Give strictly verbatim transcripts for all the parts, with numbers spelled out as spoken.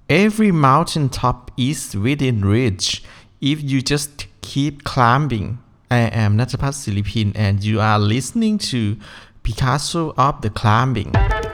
Every mountaintop is within reach if you just keep climbing. I am Natapat Silipin and you are listening to Picasso of the Climbing.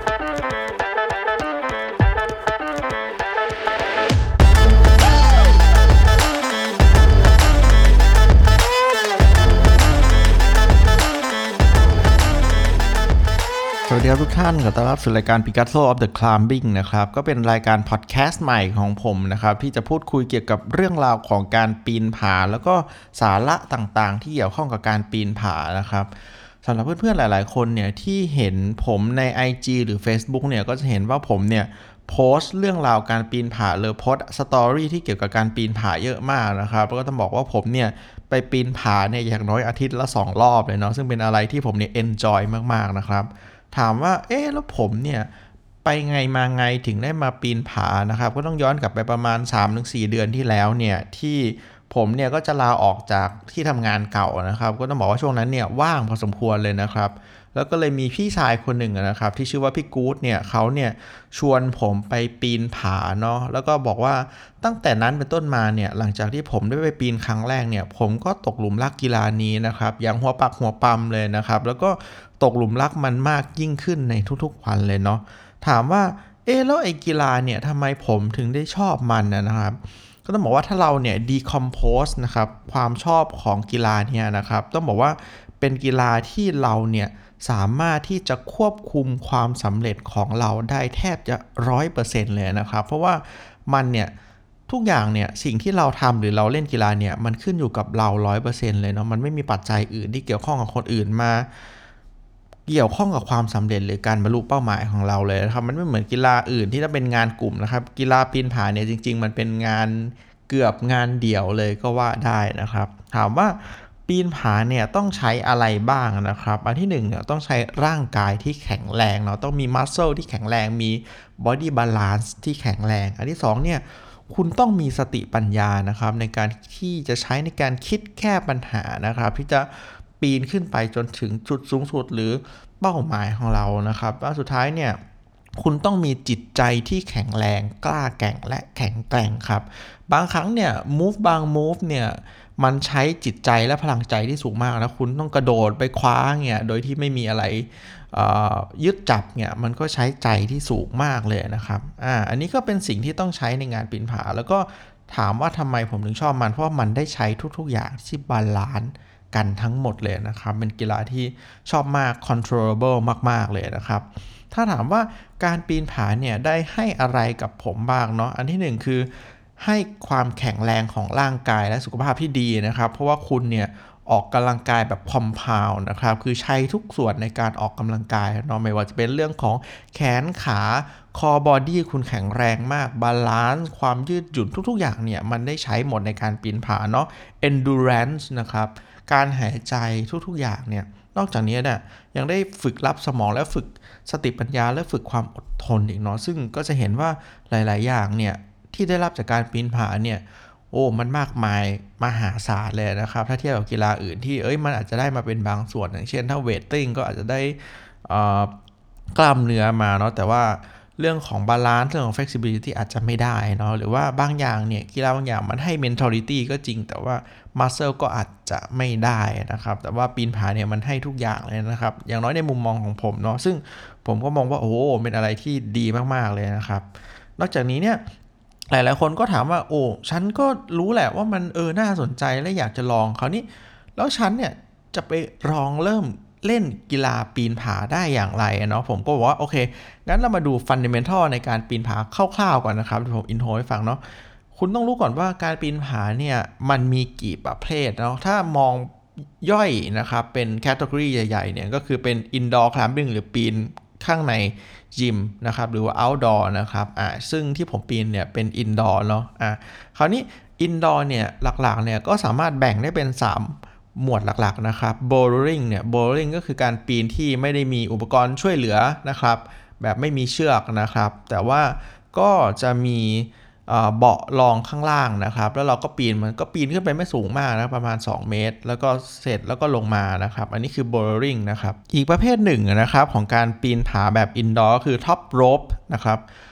สวัสดีครับทุกท่านขอต้อนรับสู่รายการ Picasso of the Climbing นะครับก็เป็นรายการพอดแคสต์ใหม่ของผมนะครับที่จะพูดคุยเกี่ยวกับเรื่องราวของการปีนผาแล้วก็สาระต่างๆที่เกี่ยวข้องกับการปีนผานะครับสำหรับเพื่อนๆหลายๆคนเนี่ยที่เห็นผมใน ไอ จี หรือ Facebook เนี่ยก็จะเห็นว่าผมเนี่ยโพสต์เรื่องราวการปีนผาหรือโพสต์สตอรี่ที่เกี่ยวกับการปีนผาเยอะมากนะครับแล้วก็ต้องบอกว่าผมเนี่ยไปปีนผาเนี่ยอย่างน้อยอาทิตย์ละสองรอบเลยเนาะซึ่งเป็นอะไรที่ผมเนี่ยเอนจอยมากๆนะครับถามว่าเอ๊ะแล้วผมเนี่ยไปไงมาไงถึงได้มาปีนผานะครับก็ต้องย้อนกลับไปประมาณ สามถึงสี่ เดือนที่แล้วเนี่ยที่ผมเนี่ยก็จะลาออกจากที่ทำงานเก่านะครับก็ต้องบอกว่าช่วงนั้นเนี่ยว่างพอสมควรเลยนะครับแล้วก็เลยมีพี่ชายคนหนึ่งนะครับที่ชื่อว่าพี่กู๊ดเนี่ยเขาเนี่ยชวนผมไปปีนผาเนาะแล้วก็บอกว่าตั้งแต่นั้นเป็นต้นมาเนี่ยหลังจากที่ผมได้ไปปีนครั้งแรกเนี่ยผมก็ตกหลุมรักกีฬานี้นะครับอย่างหัวปักหัวปั๊มเลยนะครับแล้วก็ตกหลุมรักมันมากยิ่งขึ้นในทุกๆวันเลยเนาะถามว่าเอ๊ะแล้วไอ้กีฬาเนี่ยทำไมผมถึงได้ชอบมันนะครับก็ต้องบอกว่าถ้าเราเนี่ย decompose นะครับความชอบของกีฬาเนี่ยนะครับต้องบอกว่าเป็นกีฬาที่เราเนี่ยสามารถที่จะควบคุมความสำเร็จของเราได้แทบจะ ร้อยเปอร์เซ็นต์ เลยนะครับเพราะว่ามันเนี่ยทุกอย่างเนี่ยสิ่งที่เราทำหรือเราเล่นกีฬาเนี่ยมันขึ้นอยู่กับเรา ร้อยเปอร์เซ็นต์ เลยเนาะมันไม่มีปัจจัยอื่นที่เกี่ยวข้องกับคนอื่นมาเกี่ยวข้องกับความสำเร็จหรือการบรรลุเป้าหมายของเราเลยนะครับมันไม่เหมือนกีฬาอื่นที่ถ้าเป็นงานกลุ่มนะครับกีฬาปีนผาเนี่ยจริงๆมันเป็นงานเกือบงานเดี่ยวเลยก็ว่าได้นะครับถามว่าปีนผาเนี่ยต้องใช้อะไรบ้างนะครับอันที่หนึ่งเนี่ยต้องใช้ร่างกายที่แข็งแรงเนาะต้องมีมัสเซิลที่แข็งแรงมีบอดี้บาลานซ์ที่แข็งแรงอันที่สองเนี่ยคุณต้องมีสติปัญญานะครับในการที่จะใช้ในการคิดแก้ปัญหานะครับที่จะปีนขึ้นไปจนถึงจุดสูงสุดหรือเป้าหมายของเรานะครับแล้วสุดท้ายเนี่ยคุณต้องมีจิตใจที่แข็งแรงกล้าแกร่งและแข็งแกร่งครับบางครั้งเนี่ย move บาง move เนี่ยมันใช้จิตใจและพลังใจที่สูงมากนะคุณต้องกระโดดไปคว้าเนี่ยโดยที่ไม่มีอะไรยึดจับเนี่ยมันก็ใช้ใจที่สูงมากเลยนะครับอ่าอันนี้ก็เป็นสิ่งที่ต้องใช้ในงานปีนผาแล้วก็ถามว่าทำไมผมถึงชอบมันเพราะมันได้ใช้ทุกๆอย่างที่บาลานซ์กันทั้งหมดเลยนะครับเป็นกีฬาที่ชอบมาก controllable มากๆเลยนะครับถ้าถามว่าการปีนผาเนี่ยได้ให้อะไรกับผมบ้างเนาะอันที่หนึ่งคือให้ความแข็งแรงของร่างกายและสุขภาพที่ดีนะครับเพราะว่าคุณเนี่ยออกกำลังกายแบบ compound นะครับคือใช้ทุกส่วนในการออกกำลังกายเนาะไม่ว่าจะเป็นเรื่องของแขนขา core body คุณแข็งแรงมาก balance ความยืดหยุ่นทุกๆอย่างเนี่ยมันได้ใช้หมดในการปีนผาเนาะ endurance นะครับการหายใจทุกๆอย่างเนี่ยนอกจากนี้เนี่ยยังได้ฝึกรับสมองและฝึกสติปัญญาและฝึกความอดทนอีกเนาะซึ่งก็จะเห็นว่าหลายๆอย่างเนี่ยที่ได้รับจากการปีนผาเนี่ยโอ้มันมากมายมหาศาลเลยนะครับถ้าเทียบกับกีฬาอื่นที่เอ้ยมันอาจจะได้มาเป็นบางส่วนอย่างเช่นถ้าเวทติ้งก็อาจจะได้กล้ามเนื้อมาเนาะแต่ว่าเรื่องของบาลานซ์เรื่องของ flexibility อาจจะไม่ได้เนาะหรือว่าบางอย่างเนี่ยกีฬาบางอย่างมันให้ mentality ก็จริงแต่ว่า muscle ก็อาจจะไม่ได้นะครับแต่ว่าปีนผาเนี่ยมันให้ทุกอย่างเลยนะครับอย่างน้อยในมุมมองของผมเนาะซึ่งผมก็มองว่าโอ้เป็นอะไรที่ดีมากๆเลยนะครับนอกจากนี้เนี่ยหลายๆคนก็ถามว่าโอ้ฉันก็รู้แหละว่ามันเออน่าสนใจและอยากจะลองคราวนี้แล้วฉันเนี่ยจะไปลองเริ่มเล่นกีฬาปีนผาได้อย่างไรเนาะผมก็บอกว่าโอเคงั้นเรามาดูฟันเดเมนทัลในการปีนผาคร่าวๆก่อนนะครับเดี๋ยวผมอินโทรให้ฟังเนาะคุณต้องรู้ก่อนว่าการปีนผาเนี่ยมันมีกี่ประเภทเนาะถ้ามองย่อยนะครับเป็นแคตตากรีใหญ่ๆเนี่ยก็คือเป็น indoor climbing หรือปีนข้างในยิมนะครับหรือว่า outdoor นะครับอ่าซึ่งที่ผมปีนเนี่ยเป็น indoor เนาะอ่าคราวนี้ indoor เนี่ยหลักๆเนี่ยก็สามารถแบ่งได้เป็นสามหมวดหลักๆนะครับ bouldering เนี่ย bouldering ก็คือการปีนที่ไม่ได้มีอุปกรณ์ช่วยเหลือนะครับแบบไม่มีเชือกนะครับแต่ว่าก็จะมีเบาะรองข้างล่างนะครับแล้วเราก็ปีนมันก็ปีนขึ้นไปไม่สูงมากนะประมาณสองเมตรแล้วก็เสร็จแล้วก็ลงมานะครับอันนี้คือ bouldering นะครับอีกประเภทหนึ่งนะครับของการปีนผาแบบ indoor คือ top rope นะครับ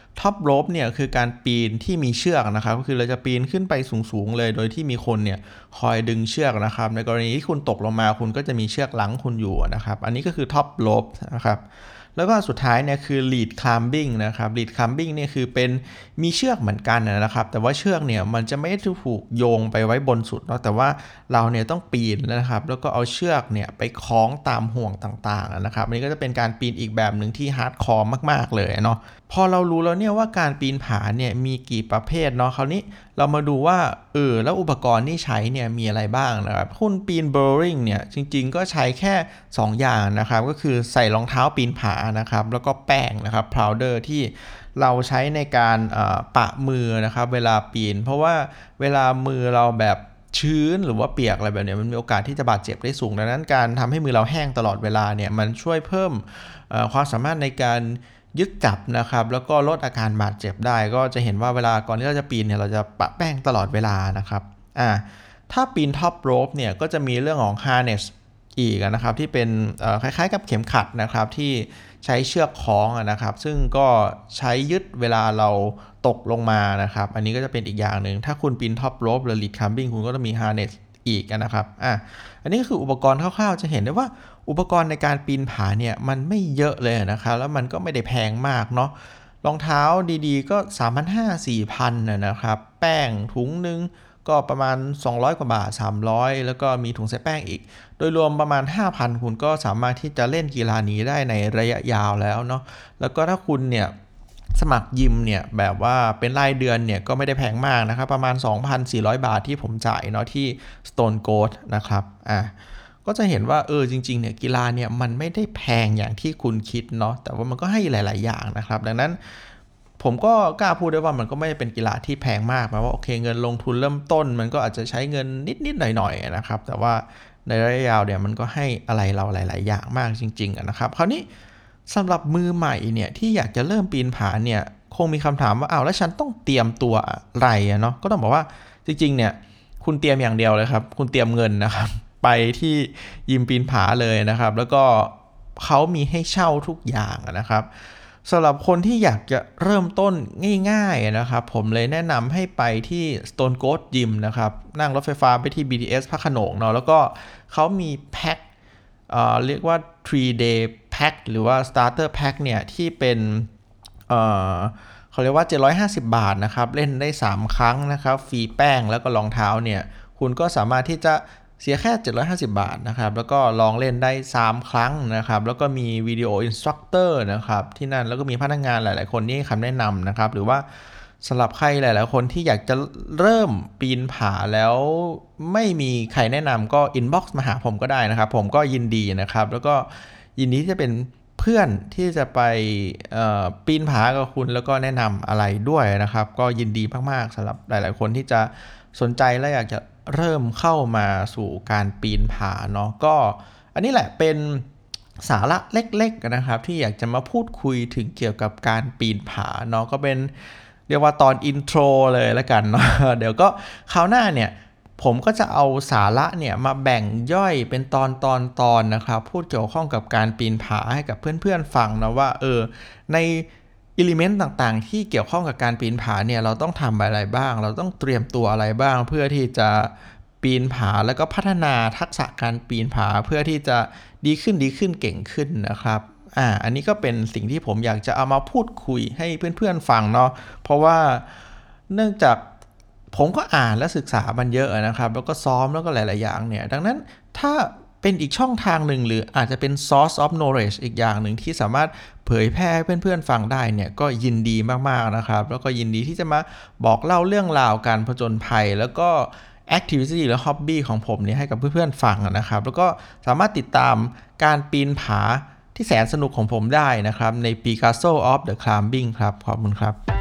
ท็อปโรปเนี่ยคือการปีนที่มีเชือกนะครับก็คือเราจะปีนขึ้นไปสูงๆเลยโดยที่มีคนเนี่ยคอยดึงเชือกนะครับในกรณีที่คุณตกลงมาคุณก็จะมีเชือกหลังคุณอยู่นะครับอันนี้ก็คือท็อปโรปนะครับแล้วก็สุดท้ายเนี่ยคือ lead climbing นะครับ lead climbing เนี่ยคือเป็นมีเชือกเหมือนกันนะครับแต่ว่าเชือกเนี่ยมันจะไม่ได้ถูกโยงไปไว้บนสุดเนาะแต่ว่าเราเนี่ยต้องปีนนะครับแล้วก็เอาเชือกเนี่ยไปคล้องตามห่วงต่างๆนะครับอันนี้ก็จะเป็นการปีนอีกแบบหนึ่งที่ฮาร์ดคอร์มากๆเลยเนาะพอเรารู้แล้วเนี่ยว่าการปีนผาเนี่ยมีกี่ประเภทเนาะคราวนี้เรามาดูว่าเออแล้วอุปกรณ์ที่ใช้เนี่ยมีอะไรบ้างนะครับคุณปีน Burrowing เนี่ยจริงๆก็ใช้แค่สองอย่างนะครับก็คือใส่รองเท้าปีนผานะครับแล้วก็แป้งนะครับ powder ที่เราใช้ในการปะมือนะครับเวลาปีนเพราะว่าเวลามือเราแบบชื้นหรือว่าเปียกอะไรแบบนี้มันมีโอกาสที่จะบาดเจ็บได้สูงดังนั้นการทำให้มือเราแห้งตลอดเวลาเนี่ยมันช่วยเพิ่มความสามารถในการยึดจับนะครับแล้วก็ลดอาการบาดเจ็บได้ก็จะเห็นว่าเวลาก่อนที่เราจะปีนเนี่ยเราจะปะแป้งตลอดเวลานะครับอ่าถ้าปีนท็อปโรปเนี่ยก็จะมีเรื่องของ harness อีกนะครับที่เป็นคล้ายๆกับเข็มขัดนะครับที่ใช้เชือกคล้องนะครับซึ่งก็ใช้ยึดเวลาเราตกลงมานะครับอันนี้ก็จะเป็นอีกอย่างหนึ่งถ้าคุณปีนท็อปโรปหรือ lead climbing คุณก็ต้องมี harness อีกนะครับอ่ะอันนี้ก็คืออุปกรณ์คร่าวๆจะเห็นได้ว่าอุปกรณ์ในการปีนผาเนี่ยมันไม่เยอะเลยนะครับแล้วมันก็ไม่ได้แพงมากเนาะรองเท้าดีๆก็ สามพันห้าร้อย สี่พัน นะครับแป้งถุงนึงก็ประมาณสองร้อยกว่าบาทสามร้อยแล้วก็มีถุงใส่แป้งอีกโดยรวมประมาณ ห้าพัน คุณก็สามารถที่จะเล่นกีฬานี้ได้ในระยะยาวแล้วเนาะแล้วก็ถ้าคุณเนี่ยสมัครยิมเนี่ยแบบว่าเป็นรายเดือนเนี่ยก็ไม่ได้แพงมากนะครับประมาณ สองพันสี่ร้อย บาทที่ผมจ่ายเนาะที่ Stone Coast นะครับอ่ะก็จะเห็นว่าเออจริงๆเนี่ยกีฬาเนี่ยมันไม่ได้แพงอย่างที่คุณคิดเนาะแต่ว่ามันก็ให้หลายๆอย่างนะครับดังนั้นผมก็กล้าพูดได้ว่ามันก็ไม่ได้เป็นกีฬาที่แพงมากแปลว่าโอเคเงินลงทุนเริ่มต้นมันก็อาจจะใช้เงินนิดๆหน่อยๆนะครับแต่ว่าในระยะยาวเนี่ยมันก็ให้อะไรเราหลายๆอย่างมากจริงๆนะครับคราวนี้สำหรับมือใหม่เนี่ยที่อยากจะเริ่มปีนผาเนี่ยคงมีคำถามว่าอ้าวแล้วฉันต้องเตรียมตัวอะไรเนาะก็ต้องบอกว่าจริงๆเนี่ยคุณเตรียมอย่างเดียวเลยครับคุณเตรียมเงินนะครับไปที่ยิมปีนผาเลยนะครับแล้วก็เขามีให้เช่าทุกอย่างนะครับสำหรับคนที่อยากจะเริ่มต้นง่ายๆนะครับผมเลยแนะนำให้ไปที่ Stone Coast Gym นะครับนั่งรถไฟฟ้าไปที่ บี ที เอส พระโขนงเนาะแล้วก็เขามีแพ็คเอ่อเรียกว่า three day pack หรือว่า starter pack เนี่ยที่เป็นเอ่อเขาเรียกว่าเจ็ดร้อยห้าสิบบาทนะครับเล่นได้สามครั้งนะครับฟรีแป้งแล้วก็รองเท้าเนี่ยคุณก็สามารถที่จะเสียแค่เจ็ดร้อยห้าสิบบาทนะครับแล้วก็ลองเล่นได้สามครั้งนะครับแล้วก็มีวิดีโออินสตรัคเตอร์นะครับที่นั่นแล้วก็มีพนักงานหลายๆคนที่ให้คำแนะนำนะครับหรือว่าสำหรับใครหลายๆคนที่อยากจะเริ่มปีนผาแล้วไม่มีใครแนะนำก็อินบ็อกซ์มาหาผมก็ได้นะครับผมก็ยินดีนะครับแล้วก็ยินดีที่จะเป็นเพื่อนที่จะไปปีนผากับคุณแล้วก็แนะนำอะไรด้วยนะครับก็ยินดีมากๆสำหรับหลายๆคนที่จะสนใจและอยากจะเริ่มเข้ามาสู่การปีนผาเนาะก็อันนี้แหละเป็นสาระเล็กๆนะครับที่อยากจะมาพูดคุยถึงเกี่ยวกับการปีนผาเนาะก็เป็นเรียกว่าตอนอินโทรเลยแล้วกันเนาะ เดี๋ยวก็คราวหน้าเนี่ยผมก็จะเอาสาระเนี่ยมาแบ่งย่อยเป็นตอนตอนตอนนะครับพูดเกี่ยวข้องกับการปีนผาให้กับเพื่อนๆฟังนะว่าเออในอิเลเมนต์ต่างๆที่เกี่ยวข้องกับการปีนผาเนี่ยเราต้องทำอะไรบ้างเราต้องเตรียมตัวอะไรบ้างเพื่อที่จะปีนผาแล้วก็พัฒนาทักษะการปีนผาเพื่อที่จะดีขึ้นดีขึ้นเก่งขึ้นนะครับอ่าอันนี้ก็เป็นสิ่งที่ผมอยากจะเอามาพูดคุยให้เพื่อนๆฟังเนาะเพราะว่าเนื่องจากผมก็อ่านและศึกษามันเยอะนะครับแล้วก็ซ้อมแล้วก็หลายๆอย่างเนี่ยดังนั้นถ้าเป็นอีกช่องทางหนึ่งหรืออาจจะเป็น source of knowledge อีกอย่างหนึ่งที่สามารถเผยแพร่ให้เพื่อนๆฟังได้เนี่ยก็ยินดีมากๆนะครับแล้วก็ยินดีที่จะมาบอกเล่าเรื่องราวการผจญภัยแล้วก็ activity และ hobby ของผมเนี่ยให้กับเพื่อนๆฟังนะครับแล้วก็สามารถติดตามการปีนผาที่แสนสนุกของผมได้นะครับใน Picasso of the Climbing ครับขอบคุณครับ